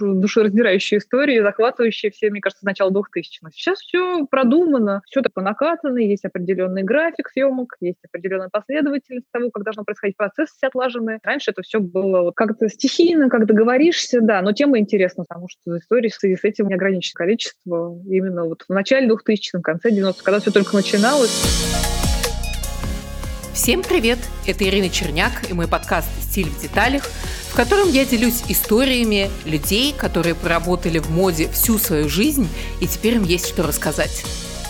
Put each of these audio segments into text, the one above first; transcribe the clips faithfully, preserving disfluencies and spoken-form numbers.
душераздирающие истории, захватывающие все, мне кажется, с начала двухтысячных. Сейчас все продумано, все так по накатанной, есть определенный график съемок, есть определенная последовательность того, как должно происходить, процессы все отлажены. Раньше это все было вот как-то стихийно, как договоришься, да, но тема интересна, потому что истории с этим не ограниченное количество. Именно вот в начале двухтысячных, в конце девяностых, когда все только начиналось. Всем привет! Это Ирина Черняк и мой подкаст «Стиль в деталях», в котором я делюсь историями людей, которые проработали в моде всю свою жизнь, и теперь им есть что рассказать.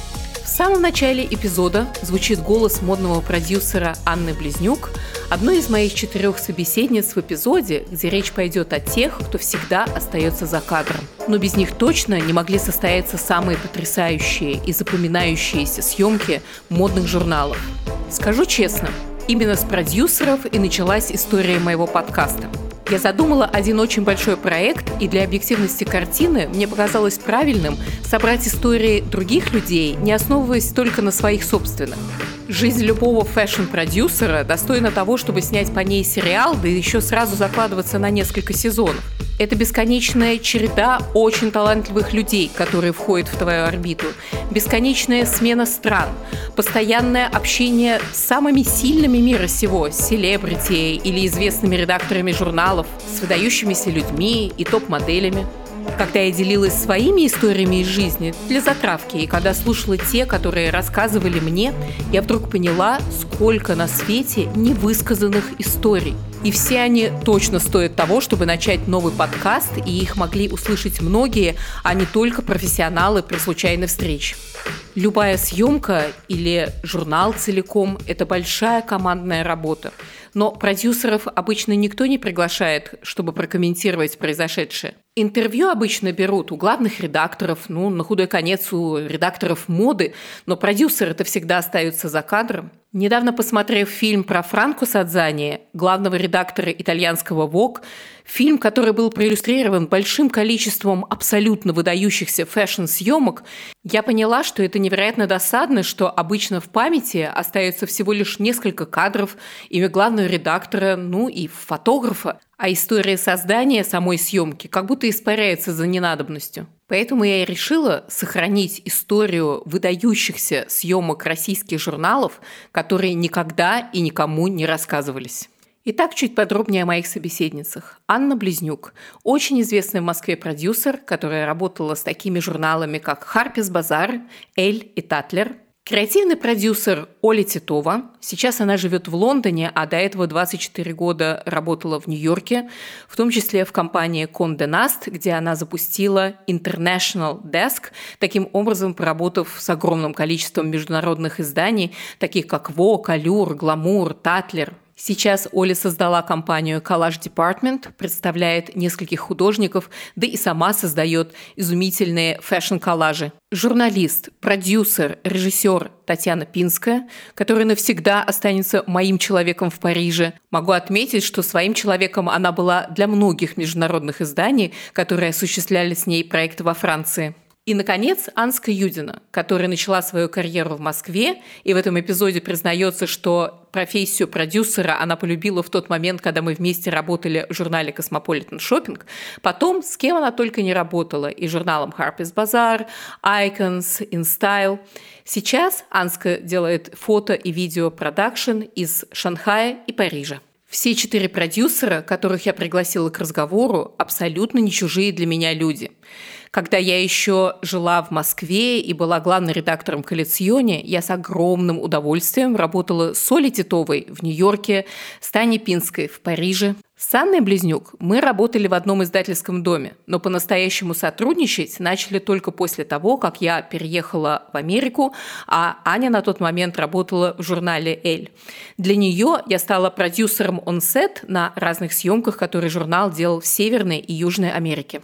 В самом начале эпизода звучит голос модного продюсера Анны Близнюк, одной из моих четырех собеседниц в эпизоде, где речь пойдет о тех, кто всегда остается за кадром. Но без них точно не могли состояться самые потрясающие и запоминающиеся съемки модных журналов. Скажу честно, именно с продюсеров и началась история моего подкаста. Я задумала один очень большой проект, и для объективности картины мне показалось правильным собрать истории других людей, не основываясь только на своих собственных. Жизнь любого фэшн-продюсера достойна того, чтобы снять по ней сериал, да еще сразу закладываться на несколько сезонов. Это бесконечная череда очень талантливых людей, которые входят в твою орбиту, бесконечная смена стран, постоянное общение с самыми сильными мира сего, с селебрити или известными редакторами журналов, с выдающимися людьми и топ-моделями. Когда я делилась своими историями из жизни для затравки, и когда слушала те, которые рассказывали мне, я вдруг поняла, сколько на свете невысказанных историй. И все они точно стоят того, чтобы начать новый подкаст, и их могли услышать многие, а не только профессионалы при случайной встрече. Любая съемка или журнал целиком – это большая командная работа. Но продюсеров обычно никто не приглашает, чтобы прокомментировать произошедшее. Интервью обычно берут у главных редакторов, ну, на худой конец у редакторов моды, но продюсеры-то всегда остаются за кадром. Недавно, посмотрев фильм про Франко Садзани, главного редактора итальянского Vogue, фильм, который был проиллюстрирован большим количеством абсолютно выдающихся фэшн-съемок, я поняла, что это невероятно досадно, что обычно в памяти остается всего лишь несколько кадров, имя главного редактора, ну и фотографа, а история создания самой съемки как будто испаряется за ненадобностью. Поэтому я и решила сохранить историю выдающихся съемок российских журналов, которые никогда и никому не рассказывались. Итак, чуть подробнее о моих собеседницах. Анна Близнюк – очень известный в Москве продюсер, которая работала с такими журналами, как Harper's Bazaar, Elle и Tatler. Креативный продюсер Оля Титова. Сейчас она живет в Лондоне, а до этого двадцать четыре года работала в Нью-Йорке, в том числе в компании Condé Nast, где она запустила International Desk, таким образом поработав с огромным количеством международных изданий, таких как Vogue, Allure, Glamour, Tatler. Сейчас Оля создала компанию Collage Department, представляет нескольких художников, да и сама создает изумительные фэшн-коллажи. Журналист, продюсер, режиссер Татьяна Пинская, которая навсегда останется моим человеком в Париже. Могу отметить, что своим человеком она была для многих международных изданий, которые осуществляли с ней проекты во Франции. И, наконец, Анска Юдина, которая начала свою карьеру в Москве и в этом эпизоде признается, что профессию продюсера она полюбила в тот момент, когда мы вместе работали в журнале Cosmopolitan Shopping. Потом с кем она только не работала, и журналом Harper's Bazaar, Icons, InStyle. Сейчас Анска делает фото- и видеопродакшн из Шанхая и Парижа. Все четыре продюсера, которых я пригласила к разговору, абсолютно не чужие для меня люди. Когда я еще жила в Москве и была главным редактором «Коллекционе», я с огромным удовольствием работала с Олей Титовой в Нью-Йорке, с Таней Пинской в Париже. С Анной Близнюк мы работали в одном издательском доме, но по-настоящему сотрудничать начали только после того, как я переехала в Америку, а Аня на тот момент работала в журнале Elle. Для нее я стала продюсером on-set на разных съемках, которые журнал делал в Северной и Южной Америке.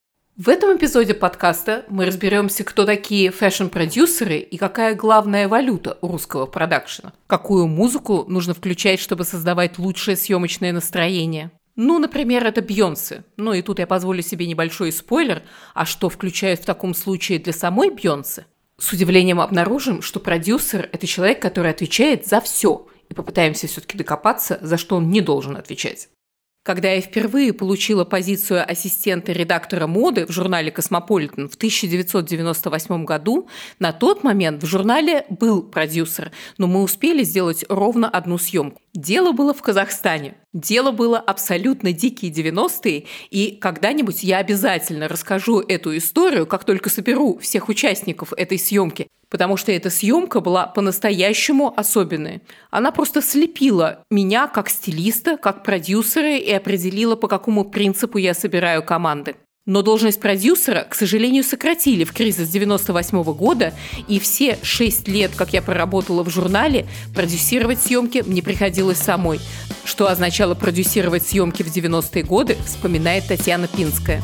В этом эпизоде подкаста мы разберемся, кто такие фэшн-продюсеры и какая главная валюта у русского продакшена. Какую музыку нужно включать, чтобы создавать лучшее съемочное настроение. Ну, например, это Бейонсе. Ну и тут я позволю себе небольшой спойлер. А что включают в таком случае для самой Бейонсе? С удивлением обнаружим, что продюсер – это человек, который отвечает за все. И попытаемся все-таки докопаться, за что он не должен отвечать. Когда я впервые получила позицию ассистента редактора моды в журнале «Космополитен» в тысяча девятьсот девяносто восьмом году, на тот момент в журнале был продюсер, но мы успели сделать ровно одну съемку. Дело было в Казахстане. Дело было абсолютно дикие девяностые, и когда-нибудь я обязательно расскажу эту историю, как только соберу всех участников этой съемки, потому что эта съемка была по-настоящему особенная. Она просто слепила меня как стилиста, как продюсера и определила, по какому принципу я собираю команды. Но должность продюсера, к сожалению, сократили в кризис девяносто восьмого года, и все шесть лет, как я проработала в журнале, продюсировать съемки мне приходилось самой. Что означало продюсировать съемки в девяностые годы, вспоминает Татьяна Пинская.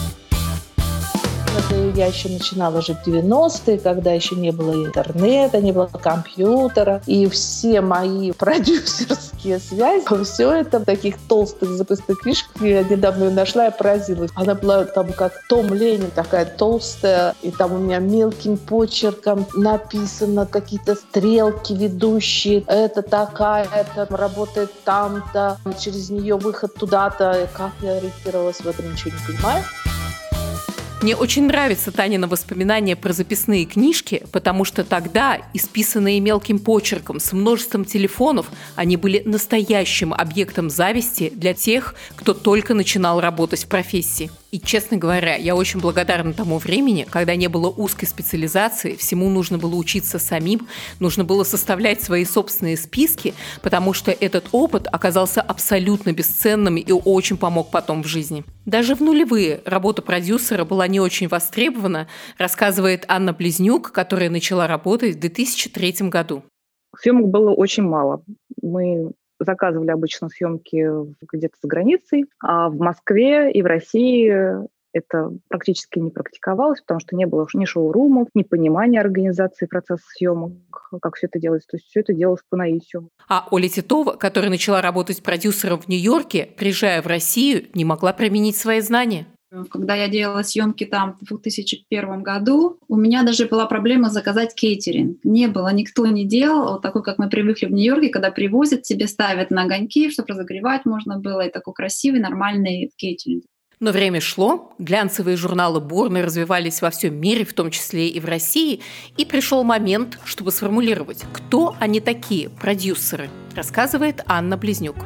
Я еще начинала жить в девяностые, когда еще не было интернета, не было компьютера. И все мои продюсерские связи, все это в таких толстых записных книжках. Я недавно ее нашла и поразилась. Она была там как Том Ленин, такая толстая. И там у меня мелким почерком написано какие-то стрелки ведущие. Это такая, это работает там-то. Через нее выход туда-то. И как я ориентировалась в этом, ничего не понимаю. Мне очень нравится Танина воспоминания про записные книжки, потому что тогда, исписанные мелким почерком с множеством телефонов, они были настоящим объектом зависти для тех, кто только начинал работать в профессии. И, честно говоря, я очень благодарна тому времени, когда не было узкой специализации, всему нужно было учиться самим, нужно было составлять свои собственные списки, потому что этот опыт оказался абсолютно бесценным и очень помог потом в жизни. Даже в нулевые работа продюсера была не очень востребована, рассказывает Анна Близнюк, которая начала работать в две тысячи третьем году. Съемок было очень мало. Мы заказывали обычно съемки где-то за границей, а в Москве и в России это практически не практиковалось, потому что не было ни шоурумов, ни понимания организации процесса съемок, как все это делается. То есть все это делалось по наитию. А Оля Титова, которая начала работать продюсером в Нью-Йорке, приезжая в Россию, не могла применить свои знания. Когда я делала съемки там в две тысячи первом году, у меня даже была проблема заказать кейтеринг. Не было, никто не делал, вот такой, как мы привыкли в Нью-Йорке, когда привозят, тебе ставят на огоньки, чтобы разогревать можно было, и такой красивый, нормальный кейтеринг. Но время шло, глянцевые журналы бурно развивались во всем мире, в том числе и в России, и пришел момент, чтобы сформулировать, кто они такие, продюсеры, рассказывает Анна Близнюк.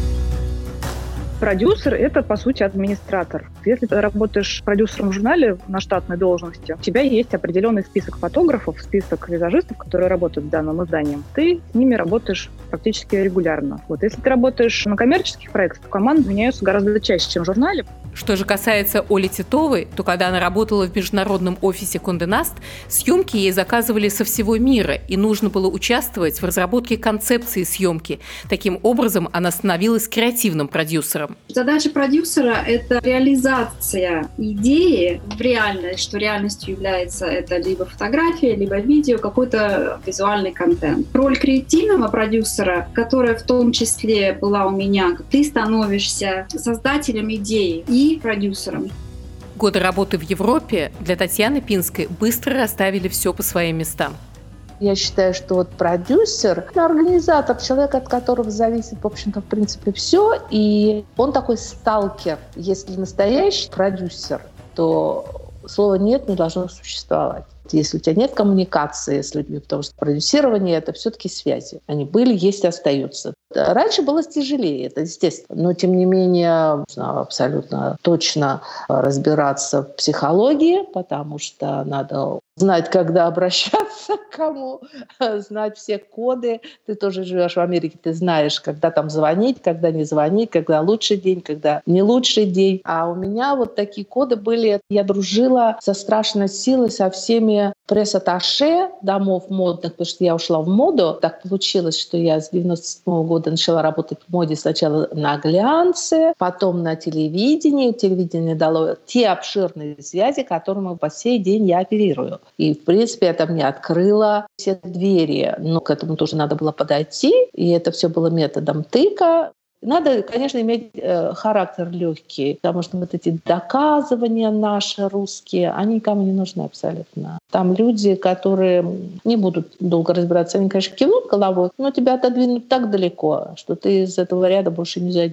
Продюсер – это, по сути, администратор. Если ты работаешь продюсером в журнале на штатной должности, у тебя есть определенный список фотографов, список визажистов, которые работают в данном издании. Ты с ними работаешь практически регулярно. Вот если ты работаешь на коммерческих проектах, то команды меняются гораздо чаще, чем в журнале. Что же касается Оли Титовой, то когда она работала в международном офисе Condé Nast, съемки ей заказывали со всего мира, и нужно было участвовать в разработке концепции съемки. Таким образом, она становилась креативным продюсером. Задача продюсера — это реализация идеи в реальность, что реальностью является это либо фотография, либо видео, какой-то визуальный контент. Роль креативного продюсера, которая в том числе была у меня, ты становишься создателем идеи и продюсером. Годы работы в Европе для Татьяны Пинской быстро расставили все по своим местам. Я считаю, что вот продюсер, организатор, человек, от которого зависит, в общем-то, в принципе, все, и он такой сталкер. Если настоящий продюсер, то слова «нет» не должно существовать. Если у тебя нет коммуникации с людьми, потому что продюсирование — это все-таки связи. Они были, есть и остаются. Раньше было тяжелее, это естественно. Но, тем не менее, нужно абсолютно точно разбираться в психологии, потому что надо знать, когда обращаться к кому, знать все коды. Ты тоже живешь в Америке, ты знаешь, когда там звонить, когда не звонить, когда лучший день, когда не лучший день. А у меня вот такие коды были. Я дружила со страшной силой со всеми пресс-атташе домов модных, потому что я ушла в моду. Так получилось, что я с девяносто седьмого года начала работать в моде сначала на глянце, потом на телевидении. Телевидение дало те обширные связи, которыми по сей день я оперирую. И, в принципе, это мне открыло все двери. Но к этому тоже надо было подойти, и это все было методом тыка. Надо, конечно, иметь э, характер легкий, потому что вот эти доказывания наши русские, они никому не нужны абсолютно. Там люди, которые не будут долго разбираться, они, конечно, кивнут головой, но тебя отодвинут так далеко, что ты из этого ряда больше не зайдешь.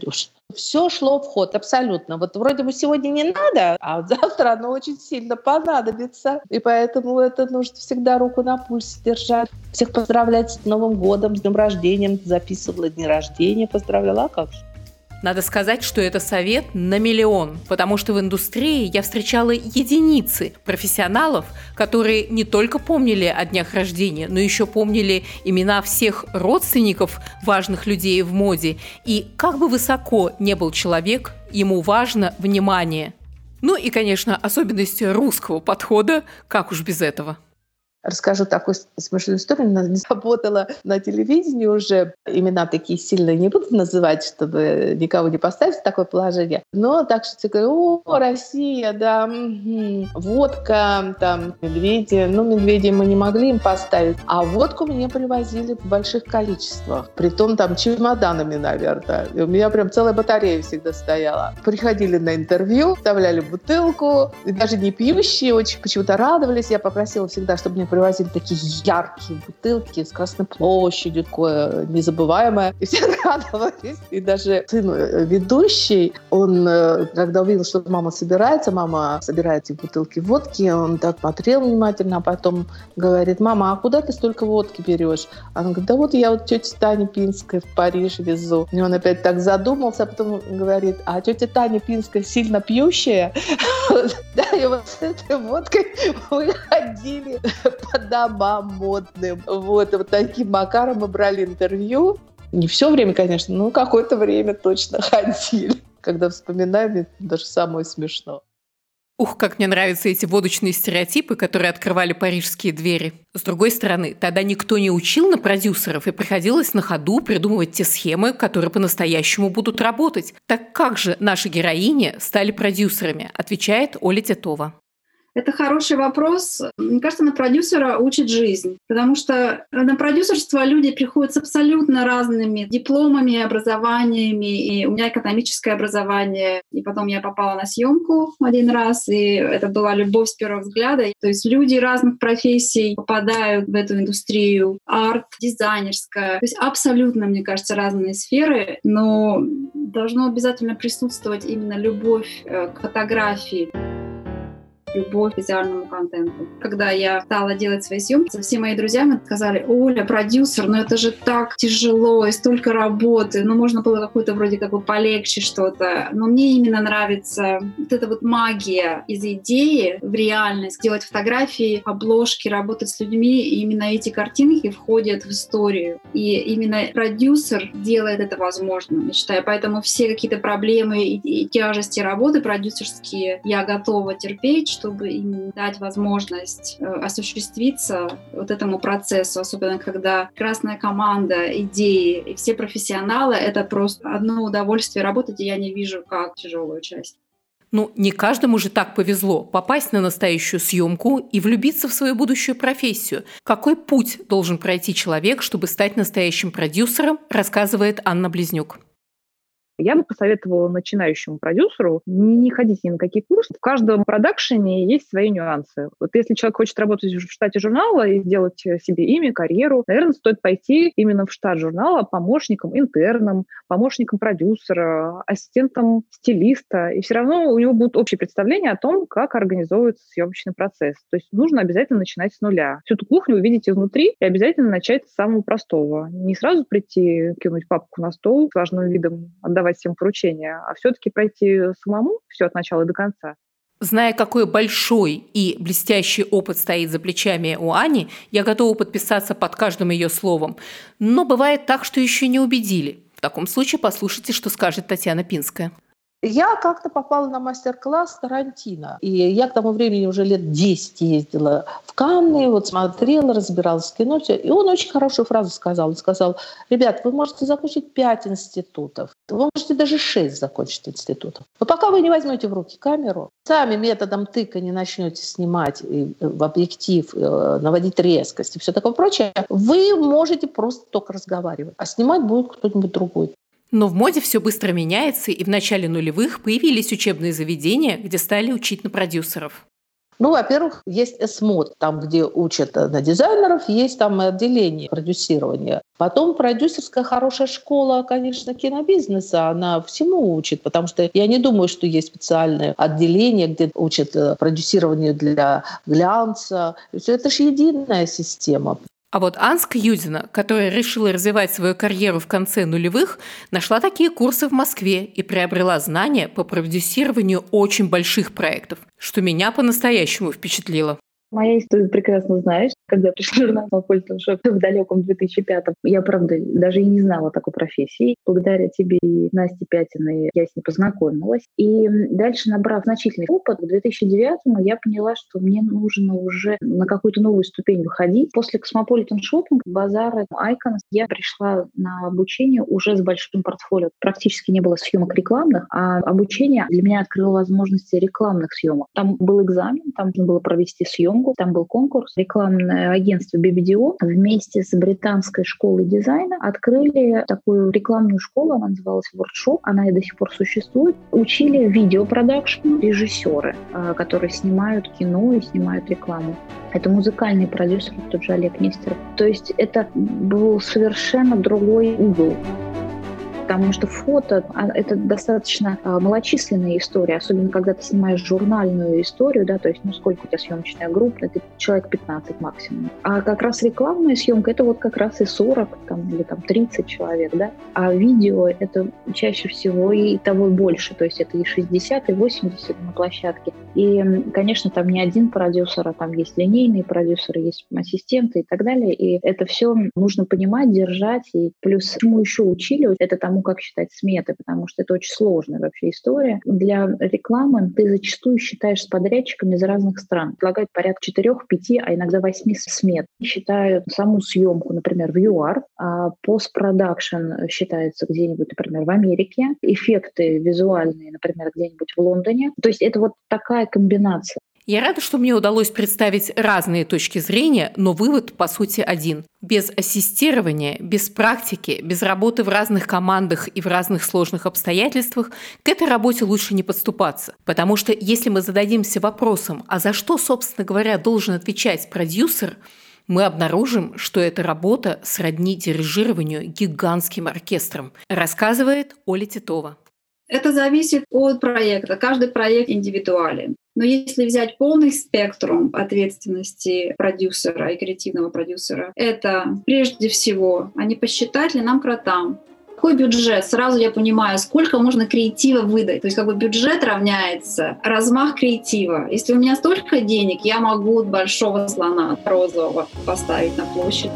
Все шло в ход, абсолютно. Вот вроде бы сегодня не надо, а вот завтра оно очень сильно понадобится. И поэтому это нужно всегда руку на пульсе держать. Всех поздравлять с Новым годом, с днем рождения. Записывала дни рождения, поздравляла, а как же. Надо сказать, что это совет на миллион, потому что в индустрии я встречала единицы профессионалов, которые не только помнили о днях рождения, но еще помнили имена всех родственников важных людей в моде. И как бы высоко не был человек, ему важно внимание. Ну и, конечно, особенность русского подхода, как уж без этого. Расскажу такую смешную историю. Она работала на телевидении уже. Имена такие сильные не буду называть, чтобы никого не поставить в такое положение. Но так что я говорю: о, Россия, да, угу. Водка, там, медведи. Ну, медведей мы не могли им поставить. А водку мне привозили в больших количествах. Притом там чемоданами, наверное. И у меня прям целая батарея всегда стояла. Приходили на интервью, вставляли бутылку. И даже не пьющие очень почему-то радовались. Я попросила всегда, чтобы мне привозили такие яркие бутылки с Красной площадью, такое незабываемое. И все радовались. И даже сын ведущий, он, когда увидел, что мама собирается, мама собирает эти бутылки водки, он так смотрел внимательно, а потом говорит: мама, а куда ты столько водки берешь? Она говорит: да вот я вот тете Тане Пинской в Париж везу. И он опять так задумался, а потом говорит: а тетя Таня Пинская сильно пьющая? Да, и вот с этой водкой мы ходили по домам модным. Вот, вот таким макаром мы брали интервью. Не все время, конечно, но какое-то время точно ходили. Когда вспоминаем, это даже самое смешно. Ух, как мне нравятся эти водочные стереотипы, которые открывали парижские двери. С другой стороны, тогда никто не учил на продюсеров, и приходилось на ходу придумывать те схемы, которые по-настоящему будут работать. Так как же наши героини стали продюсерами, отвечает Оля Титова. Это хороший вопрос. Мне кажется, на продюсера учит жизнь, потому что на продюсерство люди приходят с абсолютно разными дипломами, образованиями. И у меня экономическое образование, и потом я попала на съемку один раз, и это была любовь с первого взгляда. То есть люди разных профессий попадают в эту индустрию. Арт, дизайнерская. То есть абсолютно, мне кажется, разные сферы, но должно обязательно присутствовать именно любовь к фотографии, любовь к визуальному контенту. Когда я стала делать свои съемки, все мои друзья мне сказали: Оля, продюсер, ну это же так тяжело, и столько работы, ну можно было какое-то вроде как бы полегче что-то. Но мне именно нравится вот эта вот магия из идеи в реальность, делать фотографии, обложки, работать с людьми, и именно эти картинки входят в историю. И именно продюсер делает это возможным, я считаю. Поэтому все какие-то проблемы и, и тяжести работы продюсерские я готова терпеть, чтобы им дать возможность э, осуществиться вот этому процессу, особенно когда красная команда, идеи и все профессионалы — это просто одно удовольствие работать, и я не вижу как тяжелую часть. Ну, не каждому же так повезло попасть на настоящую съемку и влюбиться в свою будущую профессию. Какой путь должен пройти человек, чтобы стать настоящим продюсером, рассказывает Анна Близнюк. Я бы посоветовала начинающему продюсеру не ходить ни на какие курсы. В каждом продакшене есть свои нюансы. Вот если человек хочет работать в штате журнала и сделать себе имя, карьеру, наверное, стоит пойти именно в штат журнала помощником, интерном, помощником продюсера, ассистентом стилиста. И все равно у него будет общее представление о том, как организовывается съемочный процесс. То есть нужно обязательно начинать с нуля. Всю эту кухню увидеть изнутри и обязательно начать с самого простого. Не сразу прийти, кинуть папку на стол с важным видом, отдавать всем поручения, а все-таки пройти самому все от начала до конца. Зная, какой большой и блестящий опыт стоит за плечами у Ани, я готова подписаться под каждым ее словом. Но бывает так, что еще не убедили. В таком случае послушайте, что скажет Татьяна Пинская. Я как-то попала на мастер-класс Тарантино. И я к тому времени уже лет десять ездила в Канны, вот смотрела, разбиралась в кино. Все. И он очень хорошую фразу сказал. Он сказал: ребят, вы можете закончить пять институтов. Вы можете даже шесть закончить институтов. Но пока вы не возьмете в руки камеру, сами методом тыка не начнете снимать в объектив, наводить резкость и все такое прочее, вы можете просто только разговаривать. А снимать будет кто-нибудь другой. Но в моде все быстро меняется, и в начале нулевых появились учебные заведения, где стали учить на продюсеров. Ну, во-первых, есть эсмод, там, где учат на дизайнеров, есть там и отделение продюсирования. Потом продюсерская хорошая школа, конечно, кинобизнеса, она всему учит, потому что я не думаю, что есть специальное отделение, где учат продюсированию для глянца. Это же единая система. А вот Анска Юдина, которая решила развивать свою карьеру в конце нулевых, нашла такие курсы в Москве и приобрела знания по продюсированию очень больших проектов, что меня по-настоящему впечатлило. Моя история прекрасно знаешь. Когда я пришла в журнал Cosmopolitan Shop в далеком две тысячи пятом, я, правда, даже и не знала такой профессии. Благодаря тебе и Насте Пятиной я с ней познакомилась. И дальше, набрав значительный опыт, к две тысячи девятому я поняла, что мне нужно уже на какую-то новую ступень выходить. После Cosmopolitan Shopping, базара Icons, я пришла на обучение уже с большим портфолио. Практически не было съемок рекламных, а обучение для меня открыло возможности рекламных съемок. Там был экзамен, там нужно было провести съемку, там был конкурс. Рекламное агентство би би ди о вместе с британской школой дизайна открыли такую рекламную школу, она называлась Workshop, она и до сих пор существует. Учили видеопродакшн режиссеры, которые снимают кино и снимают рекламу. Это музыкальный продюсер, тот же Олег Нестеров. То есть это был совершенно другой угол. Потому что фото — это достаточно э, малочисленная история, особенно когда ты снимаешь журнальную историю, да, то есть, ну, сколько у тебя съемочная группа, это человек пятнадцать максимум. А как раз рекламная съемка — это вот как раз и сорок там, или там тридцать человек, да. А видео — это чаще всего и того больше, то есть это и шестьдесят, и восемьдесят на площадке. И, конечно, там не один продюсер, а там есть линейные продюсеры, есть ассистенты и так далее. И это все нужно понимать, держать. И плюс чему еще учили, это тому, как считать сметы, потому что это очень сложная вообще история. Для рекламы ты зачастую считаешь с подрядчиками из разных стран. Предлагают порядка четырех, пяти, а иногда восьми смет. Считают саму съемку, например, в ю ар, а постпродакшн считается где-нибудь, например, в Америке, эффекты визуальные, например, где-нибудь в Лондоне. То есть это вот такая комбинация. Я рада, что мне удалось представить разные точки зрения, но вывод, по сути, один. Без ассистирования, без практики, без работы в разных командах и в разных сложных обстоятельствах к этой работе лучше не подступаться. Потому что если мы зададимся вопросом, а за что, собственно говоря, должен отвечать продюсер, мы обнаружим, что эта работа сродни дирижированию гигантским оркестром, рассказывает Оля Титова. Это зависит от проекта. Каждый проект индивидуален. Но если взять полный спектрум ответственности продюсера и креативного продюсера, это прежде всего, а не посчитать ли нам кротам. Какой бюджет? Сразу я понимаю, сколько можно креатива выдать. То есть как бы бюджет равняется размах креатива. Если у меня столько денег, я могу большого слона розового поставить на площадь.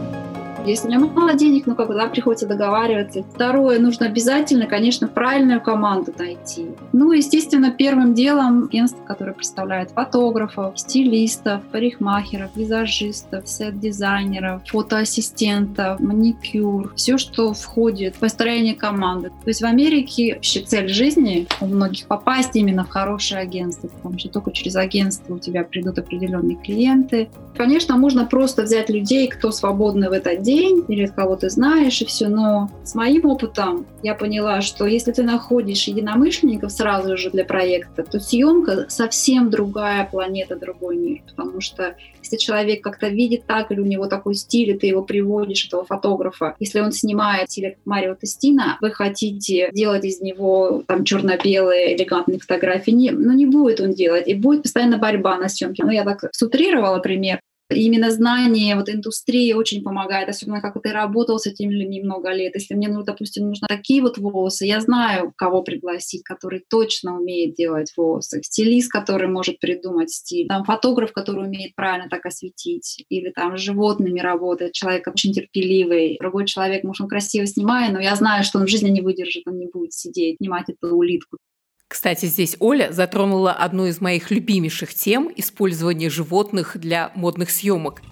Если у меня мало денег, ну, как бы, да, приходится договариваться. Второе, нужно обязательно, конечно, правильную команду найти. Ну, естественно, первым делом агентство, которое представляет фотографов, стилистов, парикмахеров, визажистов, сет-дизайнеров, фотоассистентов, маникюр, все, что входит в построение команды. То есть в Америке вообще цель жизни у многих попасть именно в хорошее агентство, потому что только через агентство у тебя придут определенные клиенты. Конечно, можно просто взять людей, кто свободны в этот день, или кого ты знаешь, и все. Но с моим опытом я поняла, что если ты находишь единомышленников сразу же для проекта, то съемка совсем другая планета, другой мир. Потому что если человек как-то видит так, или у него такой стиль, и ты его приводишь, этого фотографа, если он снимает стиль Марио Тестина, вы хотите делать из него там черно-белые элегантные фотографии, не, ну не будет он делать, и будет постоянно борьба на съемке. Ну я так сутрировала пример. И именно знание вот, индустрии очень помогает, особенно как ты работал с этими людьми много лет. Если мне, ну, допустим, нужны такие вот волосы, я знаю, кого пригласить, который точно умеет делать волосы. Стилист, который может придумать стиль. Там фотограф, который умеет правильно так осветить. Или там с животными работает, человек очень терпеливый. Другой человек, может, он красиво снимает, но я знаю, что он в жизни не выдержит, он не будет сидеть, снимать эту улитку. Кстати, здесь Оля затронула одну из моих любимейших тем – использование животных для модных съемок.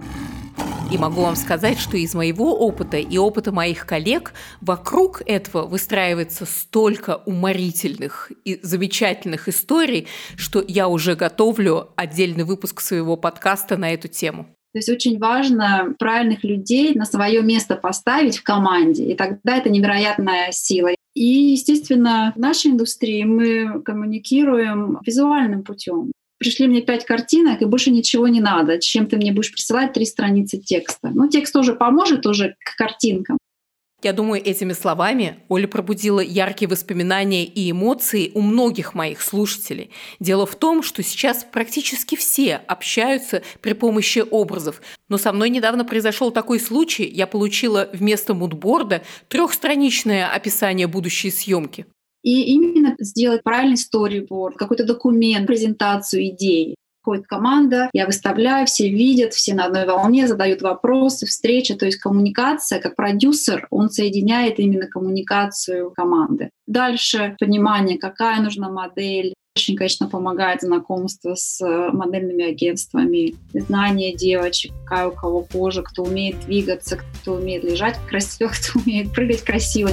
И могу вам сказать, что из моего опыта и опыта моих коллег вокруг этого выстраивается столько уморительных и замечательных историй, что я уже готовлю отдельный выпуск своего подкаста на эту тему. То есть очень важно правильных людей на свое место поставить в команде, и тогда это невероятная сила. И, естественно, в нашей индустрии мы коммуникируем визуальным путем. пришли мне пять картинок, и больше ничего не надо. Чем ты мне будешь присылать три страницы текста? Ну, текст тоже поможет уже к картинкам. Я думаю, этими словами Оля пробудила яркие воспоминания и эмоции у многих моих слушателей. Дело в том, что сейчас практически все общаются при помощи образов. Но со мной недавно произошел такой случай. Я получила вместо мудборда трехстраничное описание будущей съемки. И именно сделать правильный сториборд, какой-то документ, презентацию идей. Ходит команда, я выставляю, все видят, все на одной волне, задают вопросы, встреча. То есть коммуникация, как продюсер, он соединяет именно коммуникацию команды. Дальше понимание, какая нужна модель. Очень, конечно, помогает знакомство с модельными агентствами, знание девочек, какая у кого кожа, кто умеет двигаться, кто умеет лежать красиво, кто умеет прыгать красиво.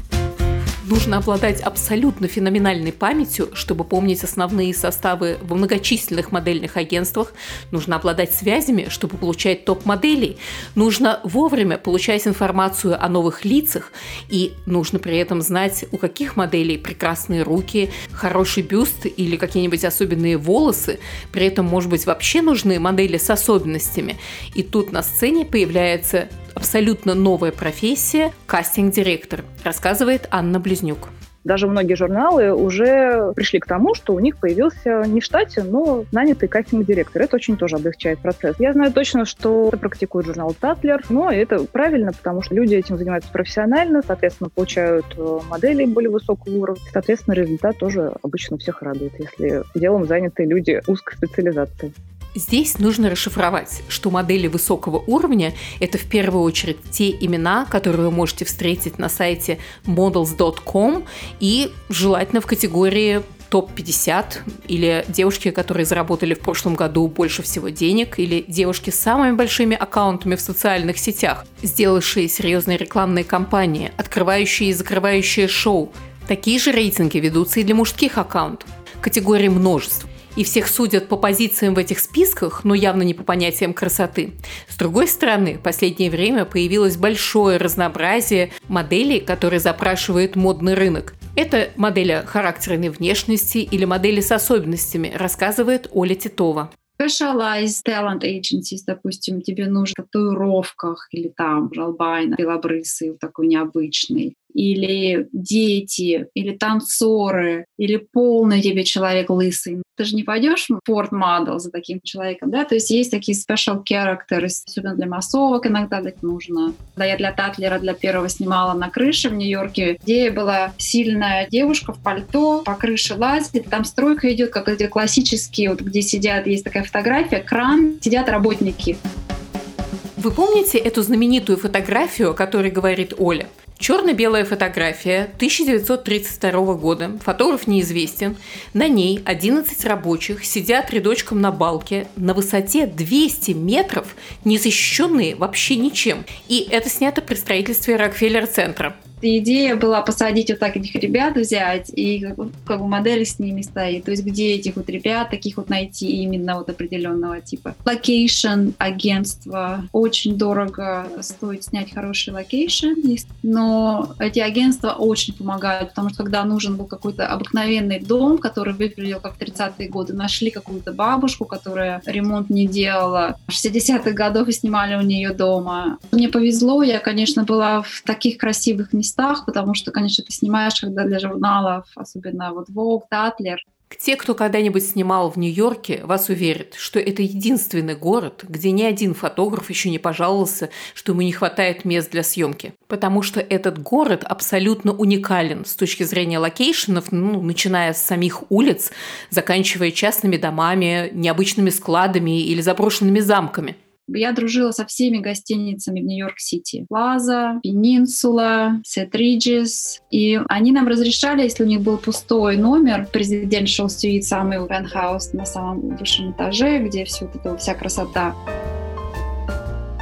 Нужно обладать абсолютно феноменальной памятью, чтобы помнить основные составы во многочисленных модельных агентствах. Нужно обладать связями, чтобы получать топ-моделей. Нужно вовремя получать информацию о новых лицах. И нужно при этом знать, у каких моделей прекрасные руки, хороший бюст или какие-нибудь особенные волосы. При этом, может быть, вообще нужны модели с особенностями. И тут на сцене появляется абсолютно новая профессия – кастинг-директор, рассказывает Анна Близнюк. Даже многие журналы уже пришли к тому, что у них появился не в штате, но нанятый кастинг-директор. Это очень тоже облегчает процесс. Я знаю точно, что это практикует журнал Татлер, но это правильно, потому что люди этим занимаются профессионально, соответственно, получают модели более высокого уровня. Соответственно, результат тоже обычно всех радует, если делом заняты люди узкой специализации. Здесь нужно расшифровать, что модели высокого уровня – это в первую очередь те имена, которые вы можете встретить на сайте models точка ком и желательно в категории топ пятьдесят или девушки, которые заработали в прошлом году больше всего денег, или девушки с самыми большими аккаунтами в социальных сетях, сделавшие серьезные рекламные кампании, открывающие и закрывающие шоу. Такие же рейтинги ведутся и для мужских аккаунтов. Категории множество. И всех судят по позициям в этих списках, но явно не по понятиям красоты. С другой стороны, в последнее время появилось большое разнообразие моделей, которые запрашивает модный рынок. Это модели характерной внешности или модели с особенностями, рассказывает Оля Титова. Specialized talent agencies, допустим, тебе нужен в татуировках или там жалбайн белобрысый, такой необычный, или дети, или танцоры, или полный тебе человек лысый. Ты же не пойдешь в Ford Model за таким человеком, да? То есть есть такие special characters, особенно для массовок иногда так нужно. Да, я для Татлера, для первого снимала на крыше в Нью-Йорке. Идея была сильная девушка в пальто, по крыше лазит, там стройка идет, как эти классические, вот где сидят, есть такая фотография, кран, сидят работники. Вы помните эту знаменитую фотографию, о которой говорит Оля? Черно-белая фотография тысяча девятьсот тридцать второго года, фотограф неизвестен. На ней одиннадцать рабочих сидят рядочком на балке на высоте двести метров, не защищенные вообще ничем. И это снято при строительстве Рокфеллер-центра. Идея была посадить вот так этих ребят, взять, и как бы модель с ними стоит. То есть где этих вот ребят, таких вот найти именно вот определенного типа. Локейшн, агентство. Очень дорого стоит снять хороший локейшн, но эти агентства очень помогают, потому что когда нужен был какой-то обыкновенный дом, который выглядел как в тридцатые годы, нашли какую-то бабушку, которая ремонт не делала. В шестидесятых годах и снимали у нее дома. Мне повезло, я, конечно, была в таких красивых местах, потому что, конечно, ты снимаешь, когда для журналов, особенно вот Vogue, Tatler. Те, кто когда-нибудь снимал в Нью-Йорке, вас уверят, что это единственный город, где ни один фотограф еще не пожаловался, что ему не хватает мест для съемки. Потому что этот город абсолютно уникален с точки зрения локейшенов, ну, начиная с самих улиц, заканчивая частными домами, необычными складами или заброшенными замками. Я дружила со всеми гостиницами в Нью-Йорк-Сити. Плаза, Пенинсула, Сет Риджес. И они нам разрешали, если у них был пустой номер, Presidential Suite, самый пентхаус на самом высшем этаже, где все это, вся красота.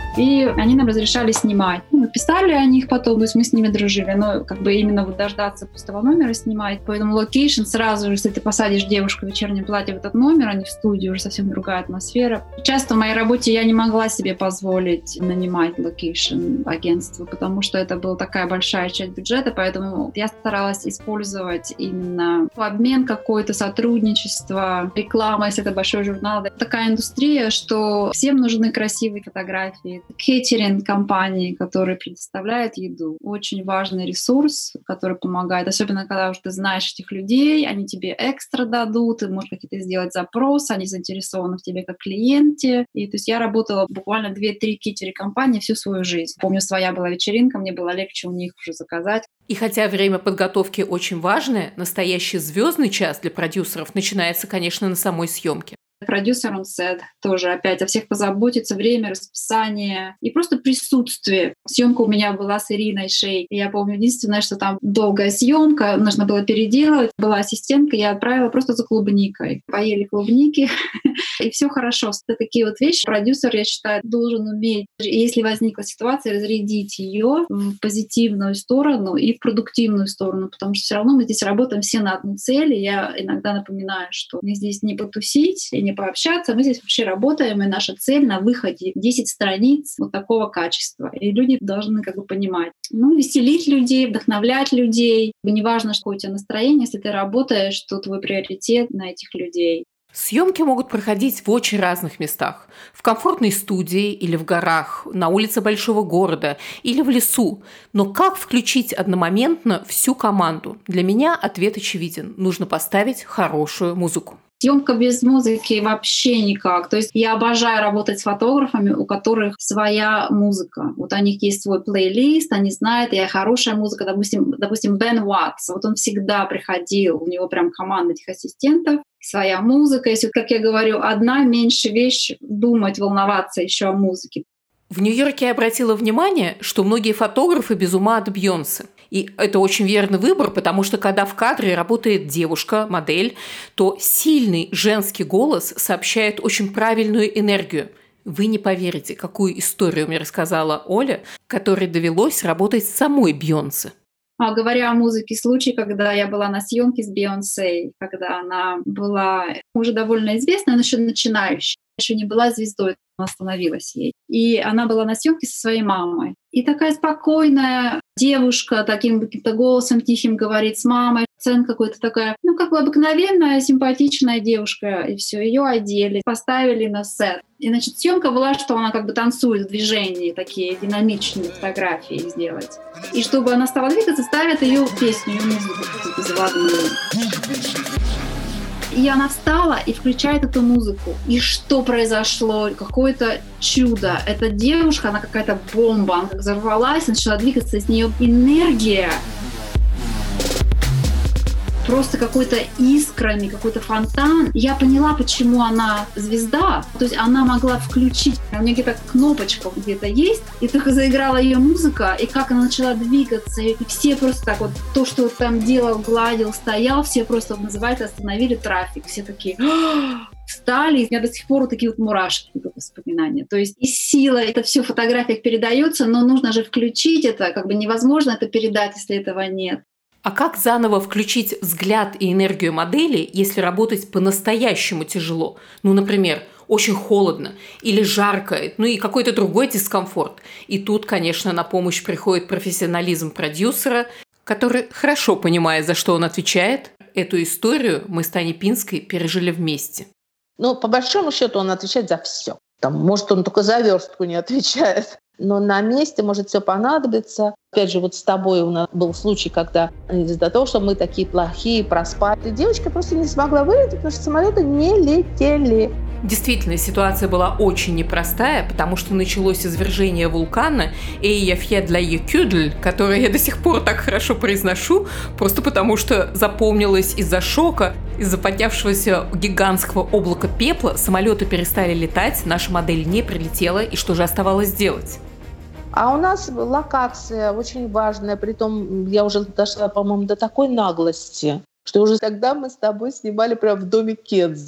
И они нам разрешали снимать. Ну, мы писали о них потом, то есть мы с ними дружили, но как бы именно вот дождаться пустого номера снимать. Поэтому локейшн сразу же, если ты посадишь девушку в вечернем платье в этот номер, а не в студию, уже совсем другая атмосфера. Часто в моей работе я не могла себе позволить нанимать локейшн агентство, потому что это была такая большая часть бюджета, поэтому я старалась использовать именно обмен какой-то, сотрудничество, реклама, если это большой журнал. Это такая индустрия, что всем нужны красивые фотографии. Кейтеринг компании, которые предоставляют еду, очень важный ресурс, который помогает, особенно когда уже ты знаешь этих людей, они тебе экстра дадут, ты можешь какие-то сделать запросы, они заинтересованы в тебе как клиенте. И то есть я работала буквально две-три кейтеринг компании всю свою жизнь. Помню, своя была вечеринка, мне было легче у них уже заказать. И хотя время подготовки очень важное, настоящий звездный час для продюсеров начинается, конечно, на самой съемке. Продюсер он сет тоже опять о всех позаботиться, время, расписание и просто присутствие. Съемка у меня была с Ириной Шей. Я помню, единственное, что там долгая съемка, нужно было переделать. Была ассистентка, я отправила просто за клубникой. Поели клубники, и все хорошо. Это такие вот вещи. Продюсер, я считаю, должен уметь, если возникла ситуация, разрядить ее в позитивную сторону и в продуктивную сторону, потому что все равно мы здесь работаем все на одну цель. И я иногда напоминаю, что мы здесь не потусить и не пообщаться, мы здесь вообще работаем, и наша цель на выходе десять страниц вот такого качества. И люди должны как бы понимать. Ну, веселить людей, вдохновлять людей. Неважно, какое у тебя настроение, если ты работаешь, то твой приоритет на этих людей. Съемки могут проходить в очень разных местах. В комфортной студии или в горах, на улице большого города или в лесу. Но как включить одномоментно всю команду? Для меня ответ очевиден. Нужно поставить хорошую музыку. Съемка без музыки вообще никак. То есть я обожаю работать с фотографами, у которых своя музыка. Вот у них есть свой плейлист, они знают, и хорошая музыка. Допустим, допустим, Бен Уаттс. Вот он всегда приходил, у него прям команда этих ассистентов, своя музыка. Если, как я говорю, одна меньше вещь думать, волноваться еще о музыке. В Нью-Йорке я обратила внимание, что многие фотографы без ума от Бейонсе. И это очень верный выбор, потому что когда в кадре работает девушка, модель, то сильный женский голос сообщает очень правильную энергию. Вы не поверите, какую историю мне рассказала Оля, которой довелось работать с самой Бейонсе. А говоря о музыке, случай, когда я была на съемке с Бейонсе, когда она была уже довольно известная, но еще начинающая, еще не была звездой, она становилась ей. И она была на съемке со своей мамой. И такая спокойная девушка, таким каким-то голосом тихим говорит с мамой. Сцена какой-то такая, ну, как бы обыкновенная, симпатичная девушка. И все, ее одели, поставили на сет. И, значит, съемка была, что она как бы танцует в движении, такие динамичные фотографии сделать. И чтобы она стала двигаться, ставят ее песню, ее музыку какую-то заводную. И она встала и включает эту музыку. И что произошло? Какое-то чудо. Эта девушка, она какая-то бомба. Она как взорвалась, начала двигаться, из нее энергия. Просто какой-то искрами, какой-то фонтан. Я поняла, почему она звезда. То есть она могла включить, у нее где-то кнопочка где-то есть, и только заиграла ее музыка, и как она начала двигаться, и все просто так вот, то, что там делал, гладил, стоял, все просто, называется, остановили трафик. Все такие встали, и у меня до сих пор вот такие вот мурашки, воспоминания. То есть и сила, это все в фотографиях передается, но нужно же включить это, как бы невозможно это передать, если этого нет. А как заново включить взгляд и энергию модели, если работать по-настоящему тяжело? Ну, например, очень холодно или жарко, ну и какой-то другой дискомфорт. И тут, конечно, на помощь приходит профессионализм продюсера, который, хорошо понимая, за что он отвечает, эту историю мы с Таней Пинской пережили вместе. Ну, по большому счету он отвечает за все. Там, может, он только за верстку не отвечает. Но на месте может все понадобиться. Опять же, вот с тобой у нас был случай, когда из-за того, что мы такие плохие, проспали, девочка просто не смогла вылететь, потому что самолеты не летели. Действительно, ситуация была очень непростая, потому что началось извержение вулкана Эйяфьядлайекюдль, которое я до сих пор так хорошо произношу, просто потому что запомнилось из-за шока, из-за поднявшегося гигантского облака пепла, самолеты перестали летать, наша модель не прилетела, и что же оставалось делать? А у нас локация очень важная, притом я уже дошла, по-моему, до такой наглости, что уже тогда мы с тобой снимали прямо в доме Кенза.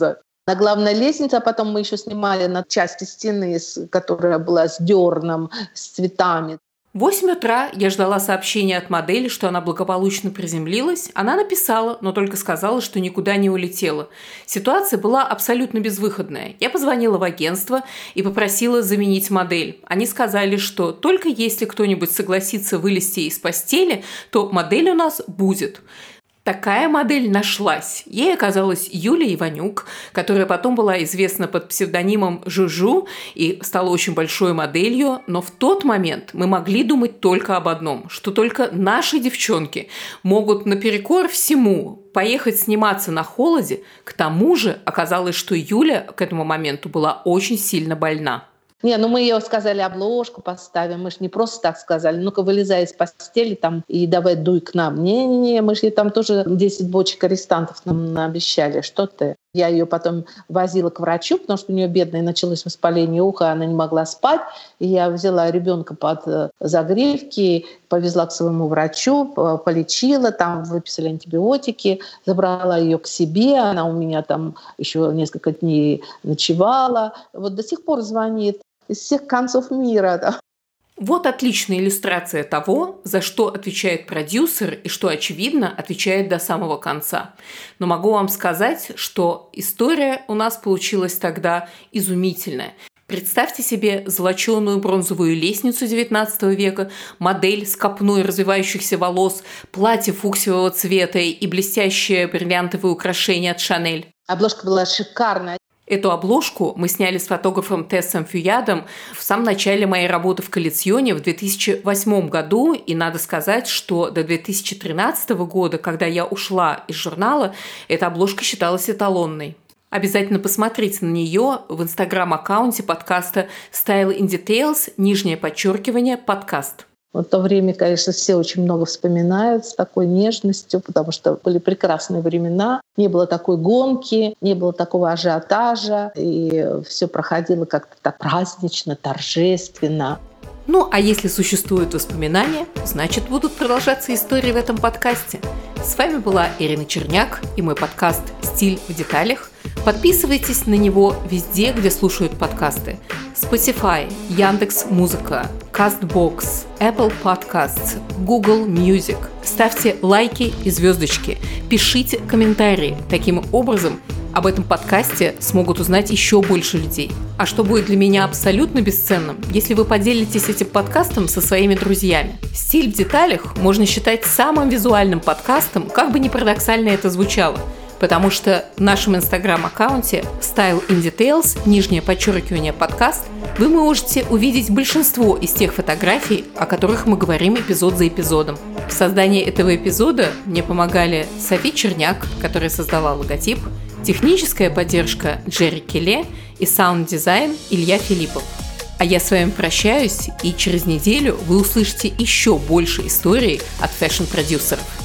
на главной лестнице, а потом мы еще снимали на части стены, которая была с дерном, с цветами. В восемь утра я ждала сообщения от модели, что она благополучно приземлилась. Она написала, но только сказала, что никуда не улетела. Ситуация была абсолютно безвыходная. Я позвонила в агентство и попросила заменить модель. Они сказали, что только если кто-нибудь согласится вылезти из постели, то модель у нас будет. Такая модель нашлась. Ей оказалась Юлия Иванюк, которая потом была известна под псевдонимом Жужу и стала очень большой моделью, но в тот момент мы могли думать только об одном, что только наши девчонки могут наперекор всему поехать сниматься на холоде. К тому же оказалось, что Юля к этому моменту была очень сильно больна. Не, ну мы ее сказали, обложку поставим. Мы же не просто так сказали, ну-ка вылезай из постели там и давай дуй к нам. Не-не-не, мы же ей там тоже десять бочек арестантов нам обещали. Что ты? Я ее потом возила к врачу, потому что у нее бедная началось воспаление уха, она не могла спать. И я взяла ребенка под загривки, повезла к своему врачу, полечила, там выписали антибиотики, забрала ее к себе. Она у меня там еще несколько дней ночевала. Вот до сих пор звонит из всех концов мира. Да. Вот отличная иллюстрация того, за что отвечает продюсер и что, очевидно, отвечает до самого конца. Но могу вам сказать, что история у нас получилась тогда изумительная. Представьте себе золоченую бронзовую лестницу девятнадцатого века, модель с копной развивающихся волос, платье фуксиевого цвета и блестящее бриллиантовое украшение от Шанель. Обложка была шикарная. Эту обложку мы сняли с фотографом Тессом Фюядом в самом начале моей работы в коллекционе в две тысячи восьмом году. И надо сказать, что до две тысячи тринадцатого года, когда я ушла из журнала, эта обложка считалась эталонной. Обязательно посмотрите на нее в инстаграм-аккаунте подкаста Style in Details, нижнее подчеркивание, подкаст. В то время, конечно, все очень много вспоминают с такой нежностью, потому что были прекрасные времена. Не было такой гонки, не было такого ажиотажа, и все проходило как-то так празднично, торжественно. Ну, а если существуют воспоминания, значит, будут продолжаться истории в этом подкасте. С вами была Ирина Черняк и мой подкаст «Стиль в деталях». Подписывайтесь на него везде, где слушают подкасты. Spotify, Яндекс.Музыка, Castbox, Apple Podcasts, Google Music. Ставьте лайки и звездочки, пишите комментарии. Таким образом, об этом подкасте смогут узнать еще больше людей. А что будет для меня абсолютно бесценным, если вы поделитесь этим подкастом со своими друзьями. «Стиль в деталях» можно считать самым визуальным подкастом, как бы ни парадоксально это звучало. Потому что в нашем инстаграм-аккаунте Style in Details, нижнее подчеркивание, подкаст, вы можете увидеть большинство из тех фотографий, о которых мы говорим эпизод за эпизодом. В создании этого эпизода мне помогали Софи Черняк, которая создала логотип, техническая поддержка Джерри Келе и саунд-дизайн Илья Филиппов. А я с вами прощаюсь, и через неделю вы услышите еще больше историй от фэшн-продюсеров.